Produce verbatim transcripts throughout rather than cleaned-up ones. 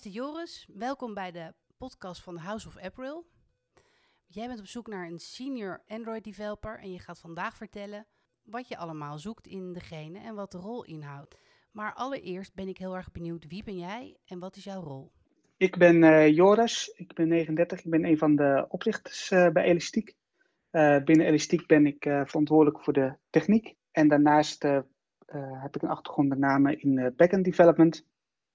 Beste Joris, welkom bij de podcast van House of April. Jij bent op zoek naar een senior Android developer en je gaat vandaag vertellen wat je allemaal zoekt in degene en wat de rol inhoudt. Maar allereerst ben ik heel erg benieuwd, wie ben jij en wat is jouw rol? Ik ben uh, Joris, ik ben negenendertig, ik ben een van de oprichters uh, bij Elastiek. Uh, binnen Elastiek ben ik uh, verantwoordelijk voor de techniek en daarnaast uh, uh, heb ik een achtergrond met name in uh, backend development.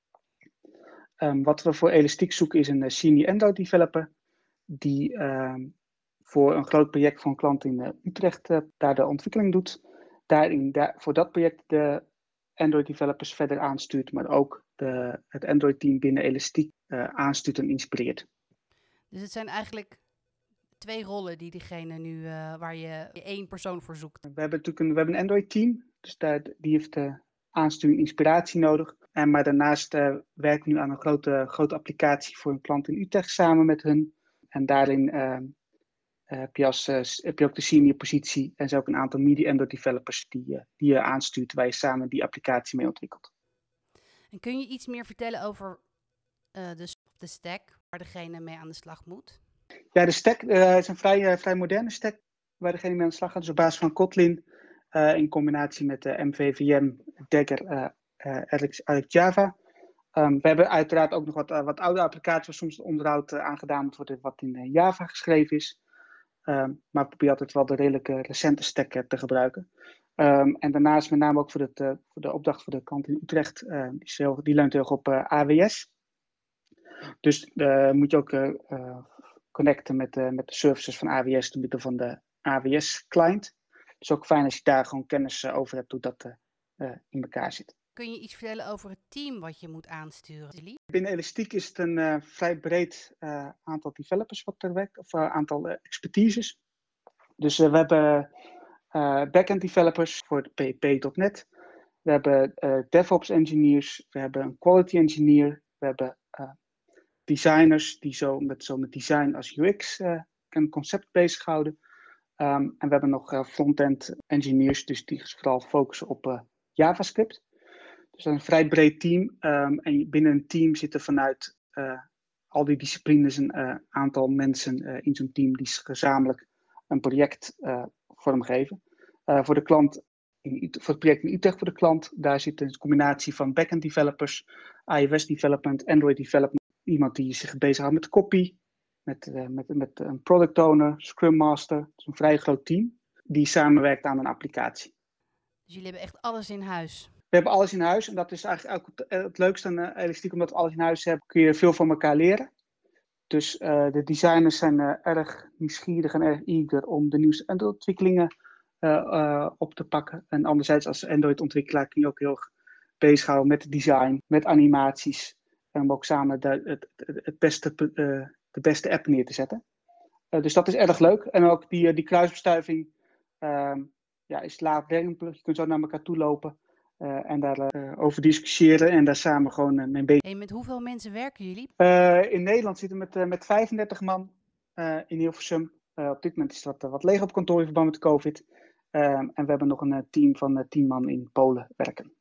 Um, wat we voor Elastiek zoeken is een uh, senior Android developer die uh, voor een groot project van een klant in uh, Utrecht uh, daar de ontwikkeling doet. Daarin, daar, voor dat project de Android developers verder aanstuurt, maar ook de, het Android team binnen Elastiek uh, aanstuurt en inspireert. Dus het zijn eigenlijk twee rollen die diegene nu, uh, waar je één persoon voor zoekt. We hebben natuurlijk een, we hebben een Android team, dus daar, die heeft uh, aansturing en inspiratie nodig. En, maar daarnaast uh, werken we nu aan een grote, grote applicatie voor een klant in Utrecht samen met hun. En daarin uh, uh, heb, je als, uh, heb je ook de senior positie en zijn ook een aantal media Android developers die, uh, die je aanstuurt, waar je samen die applicatie mee ontwikkelt. En kun je iets meer vertellen over uh, de, de stack waar degene mee aan de slag moet? Ja, de stack uh, is een vrij, uh, vrij moderne stack waar degene mee aan de slag gaat. Dus op basis van Kotlin uh, in combinatie met uh, M V V M, Dagger, uh, uh, Alex Java. Um, we hebben uiteraard ook nog wat, uh, wat oude applicaties waar soms onderhoud uh, aan gedaan moet worden wat in uh, Java geschreven is. Um, maar ik probeer altijd wel de redelijke recente stack uh, te gebruiken. Um, en daarnaast met name ook voor, het, uh, voor de opdracht voor de klant in Utrecht, uh, die, is heel, die leunt heel erg op uh, A W S. Dus uh, moet je ook uh, uh, connecten met, uh, met de services van A W S door middel van de A W S-client. Dus ook fijn als je daar gewoon kennis uh, over hebt hoe dat uh, uh, in elkaar zit. Kun je iets vertellen over het team wat je moet aansturen? Binnen Elastiek is het een uh, vrij breed uh, aantal developers wat er werkt, of een uh, aantal uh, expertises. Dus uh, we hebben uh, backend developers voor P H P punt net. We hebben uh, DevOps engineers, we hebben een quality engineer, we hebben uh, designers die zo met, zo met design als U X uh, en concept bezighouden. Um, en we hebben nog uh, front-end engineers, dus die vooral focussen op uh, JavaScript. Dus dat is een vrij breed team. Um, en binnen een team zitten vanuit uh, al die disciplines een uh, aantal mensen uh, in zo'n team die gezamenlijk een project uh, vormgeven. Uh, voor de klant, in, voor het project in Utrecht voor de klant, daar zit een combinatie van backend developers, iOS development, Android development. Iemand die zich bezighoudt met copy, met, uh, met, met een product owner, Scrum Master. Het is een vrij groot team die samenwerkt aan een applicatie. Dus jullie hebben echt alles in huis? We hebben alles in huis en dat is eigenlijk ook het, het leukste aan uh, Elastiek. Omdat we alles in huis hebben, kun je veel van elkaar leren. Dus uh, de designers zijn uh, erg nieuwsgierig en erg eager om de nieuwste Android-ontwikkelingen uh, uh, op te pakken. En anderzijds als Android-ontwikkelaar kun je ook heel erg bezighouden met het design, met animaties. Om ook samen de, het, het, het beste, uh, de beste app neer te zetten. Uh, dus dat is erg leuk. En ook die, die kruisbestuiving uh, ja, is laagdrempelig. Je kunt zo naar elkaar toe lopen. Uh, en daarover uh, over discussiëren en daar samen gewoon uh, mee bezig. Hey, met hoeveel mensen werken jullie? Uh, in Nederland zitten we met, uh, met vijfendertig man uh, in Hilversum. Uh, op dit moment is dat uh, wat leeg op kantoor in verband met COVID. Uh, en we hebben nog een uh, team van uh, tien man in Polen werken.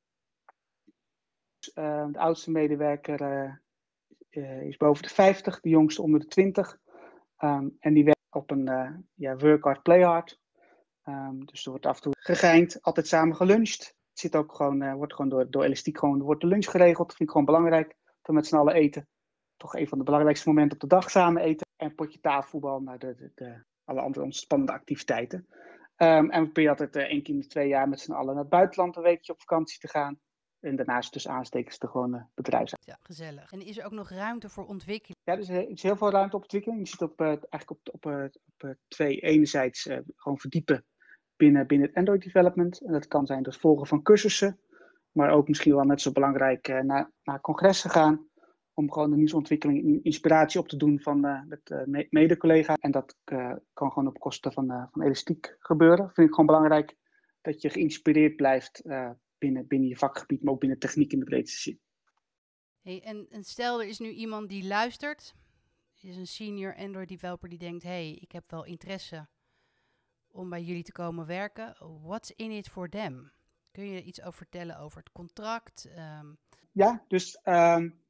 Dus, uh, de oudste medewerker uh, uh, is boven de vijftig, de jongste onder de twintig. Um, en die werkt op een uh, ja, work hard, play hard. Um, dus er wordt af en toe gegeind, altijd samen geluncht. Het zit ook gewoon, uh, wordt gewoon door, door Elastiek gewoon, wordt de lunch geregeld. Dat vind ik gewoon belangrijk. Dat we met z'n allen eten. Toch een van de belangrijkste momenten op de dag samen eten. En potje tafelvoetbal naar de, de, de, alle andere ontspannende activiteiten. Um, en we proberen altijd uh, één keer in de twee jaar met z'n allen naar het buitenland een weekje op vakantie te gaan. En daarnaast dus aanstekens de gewone bedrijfs. Ja, gezellig. En is er ook nog ruimte voor ontwikkeling? Ja, er is, er is heel veel ruimte op ontwikkeling. Je zit op, uh, eigenlijk op, op, uh, op uh, twee. Enerzijds uh, gewoon verdiepen binnen, binnen het Android development. En dat kan zijn door het volgen van cursussen. Maar ook misschien wel net zo belangrijk uh, naar, naar congressen gaan. Om gewoon de nieuwsontwikkeling en inspiratie op te doen van uh, met uh, mede-collega's. En dat uh, kan gewoon op kosten van, uh, van Elastiek gebeuren. Vind ik gewoon belangrijk dat je geïnspireerd blijft uh, binnen, binnen je vakgebied, maar ook binnen techniek in de breedste zin. Hey, en, en stel er is nu iemand die luistert. Er is een senior Android developer die denkt, hey, ik heb wel interesse om bij jullie te komen werken. What's in it for them? Kun je iets over vertellen over het contract? Um... Ja, dus um,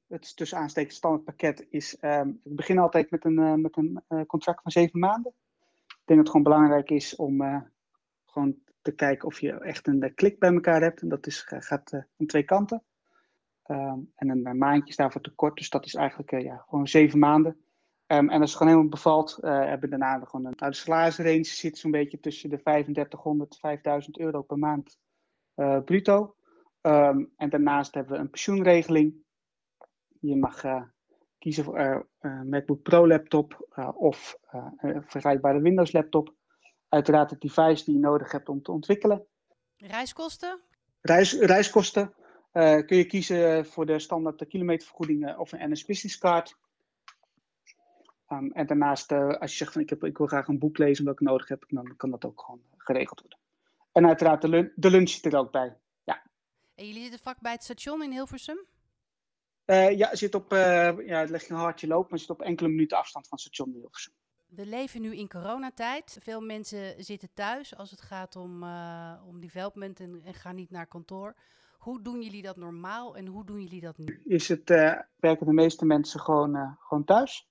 het tussen aanstekens standaard pakket is, um, ik begin altijd met een, uh, met een uh, contract van zeven maanden. Ik denk dat het gewoon belangrijk is om uh, gewoon te kijken of je echt een uh, klik bij elkaar hebt. En dat is, uh, gaat uh, aan twee kanten. Um, en een uh, maandje is daarvoor te kort, dus dat is eigenlijk uh, ja, gewoon zeven maanden. Um, en als het gewoon helemaal bevalt, uh, hebben we daarna gewoon een... Nou, de salarisrange zit zo'n beetje tussen de drieduizend vijfhonderd euro per maand uh, bruto. Um, en daarnaast hebben we een pensioenregeling. Je mag uh, kiezen voor uh, uh, MacBook Pro laptop uh, of uh, een vergelijkbare Windows laptop. Uiteraard het device die je nodig hebt om te ontwikkelen. Reiskosten? Reis, reiskosten uh, kun je kiezen voor de standaard kilometervergoeding uh, of een N S Business Card. Um, en daarnaast, uh, als je zegt van ik, heb, ik wil graag een boek lezen wat ik nodig heb, dan kan dat ook gewoon geregeld worden. En uiteraard de, lun- de lunch zit er ook bij. Ja. En jullie zitten vlak bij het station in Hilversum? Uh, ja, zit op, uh, ja, het leg je een hartje lopen, maar zit op enkele minuten afstand van het station in Hilversum. We leven nu in coronatijd. Veel mensen zitten thuis als het gaat om, uh, om development en, en gaan niet naar kantoor. Hoe doen jullie dat normaal en hoe doen jullie dat nu? Is het, uh, werken de meeste mensen gewoon, uh, gewoon thuis.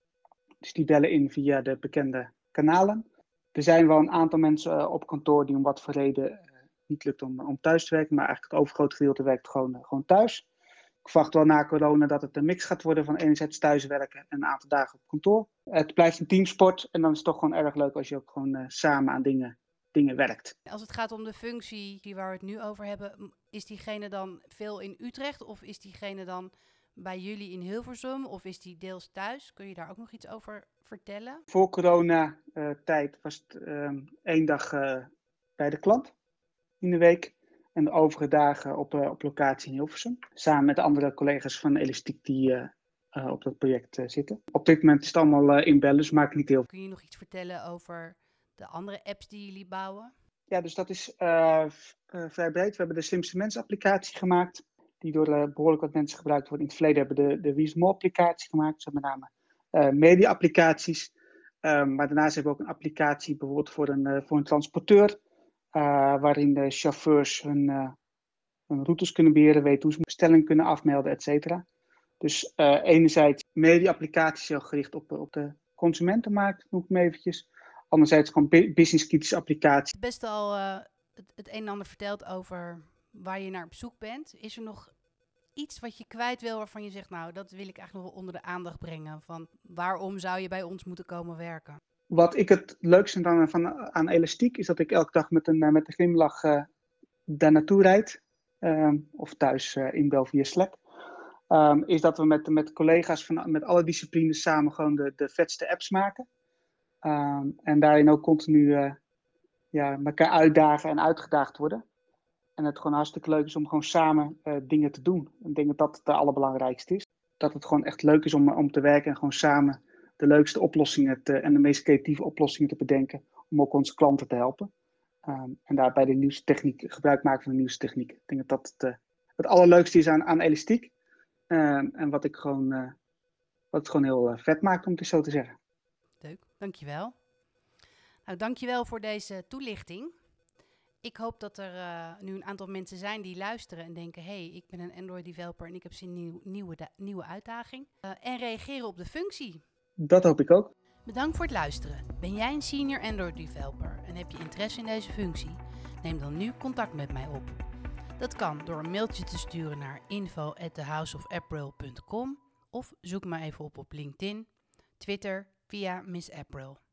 Dus die bellen in via de bekende kanalen. Er zijn wel een aantal mensen uh, op kantoor die om wat voor reden uh, niet lukt om, om thuis te werken. Maar eigenlijk het overgrote gedeelte werkt gewoon, uh, gewoon thuis. Ik verwacht wel na corona dat het een mix gaat worden van enerzijds thuiswerken en een aantal dagen op kantoor. Het blijft een teamsport en dan is het toch gewoon erg leuk als je ook gewoon uh, samen aan dingen, dingen werkt. Als het gaat om de functie die waar we het nu over hebben, is diegene dan veel in Utrecht of is diegene dan bij jullie in Hilversum of is die deels thuis? Kun je daar ook nog iets over vertellen? Voor corona uh, tijd was het uh, één dag uh, bij de klant in de week. En de overige dagen op, uh, op locatie in Hilversum. Samen met de andere collega's van Elastiek die uh, uh, op dat project uh, zitten. Op dit moment is het allemaal uh, inbellen, dus maakt niet heel veel. Kun je nog iets vertellen over de andere apps die jullie bouwen? Ja, dus dat is uh, uh, vrij breed. We hebben de Slimste Mens applicatie gemaakt. Die door uh, behoorlijk wat mensen gebruikt wordt. In het verleden hebben we de, de Wie is Mol applicatie gemaakt. Dus met name uh, media applicaties. Um, maar daarnaast hebben we ook een applicatie bijvoorbeeld voor een, uh, voor een transporteur. Uh, waarin de chauffeurs hun, uh, hun routes kunnen beheren, weten hoe ze bestellingen kunnen afmelden, et cetera. Dus uh, enerzijds media-applicaties heel gericht op, op de consumentenmarkt, noem ik hem eventjes. Anderzijds gewoon business-kritische applicaties. Best al uh, het, het een en ander verteld over waar je naar op zoek bent. Is er nog iets wat je kwijt wil waarvan je zegt, nou, dat wil ik eigenlijk nog wel onder de aandacht brengen. Van waarom zou je bij ons moeten komen werken? Wat ik het leukste vind aan, aan Elastiek is dat ik elke dag met een, met een glimlach uh, daar naartoe rijd. Um, of thuis uh, inbel via Slack. Um, is dat we met, met collega's van met alle disciplines samen gewoon de, de vetste apps maken. Um, en daarin ook continu uh, ja, elkaar uitdagen en uitgedaagd worden. En het gewoon hartstikke leuk is om gewoon samen uh, dingen te doen. Ik denk dat dat het allerbelangrijkste is. Dat het gewoon echt leuk is om, om te werken en gewoon samen de leukste oplossingen te, en de meest creatieve oplossingen te bedenken. Om ook onze klanten te helpen. Um, en daarbij de nieuwste techniek, gebruik maken van de nieuwste techniek. Ik denk dat dat het, uh, het allerleukste is aan, aan Elastiek. Um, en wat, ik gewoon, uh, wat het gewoon heel uh, vet maakt, om het zo te zeggen. Leuk, dankjewel. Nou, dankjewel voor deze toelichting. Ik hoop dat er uh, nu een aantal mensen zijn die luisteren en denken, hé, hey, ik ben een Android developer en ik heb zin in een nieuw, nieuwe, da- nieuwe uitdaging. Uh, en reageren op de functie. Dat hoop ik ook. Bedankt voor het luisteren. Ben jij een senior Android developer en heb je interesse in deze functie? Neem dan nu contact met mij op. Dat kan door een mailtje te sturen naar info at the house of april dot com of zoek me even op op LinkedIn, Twitter via Miss April.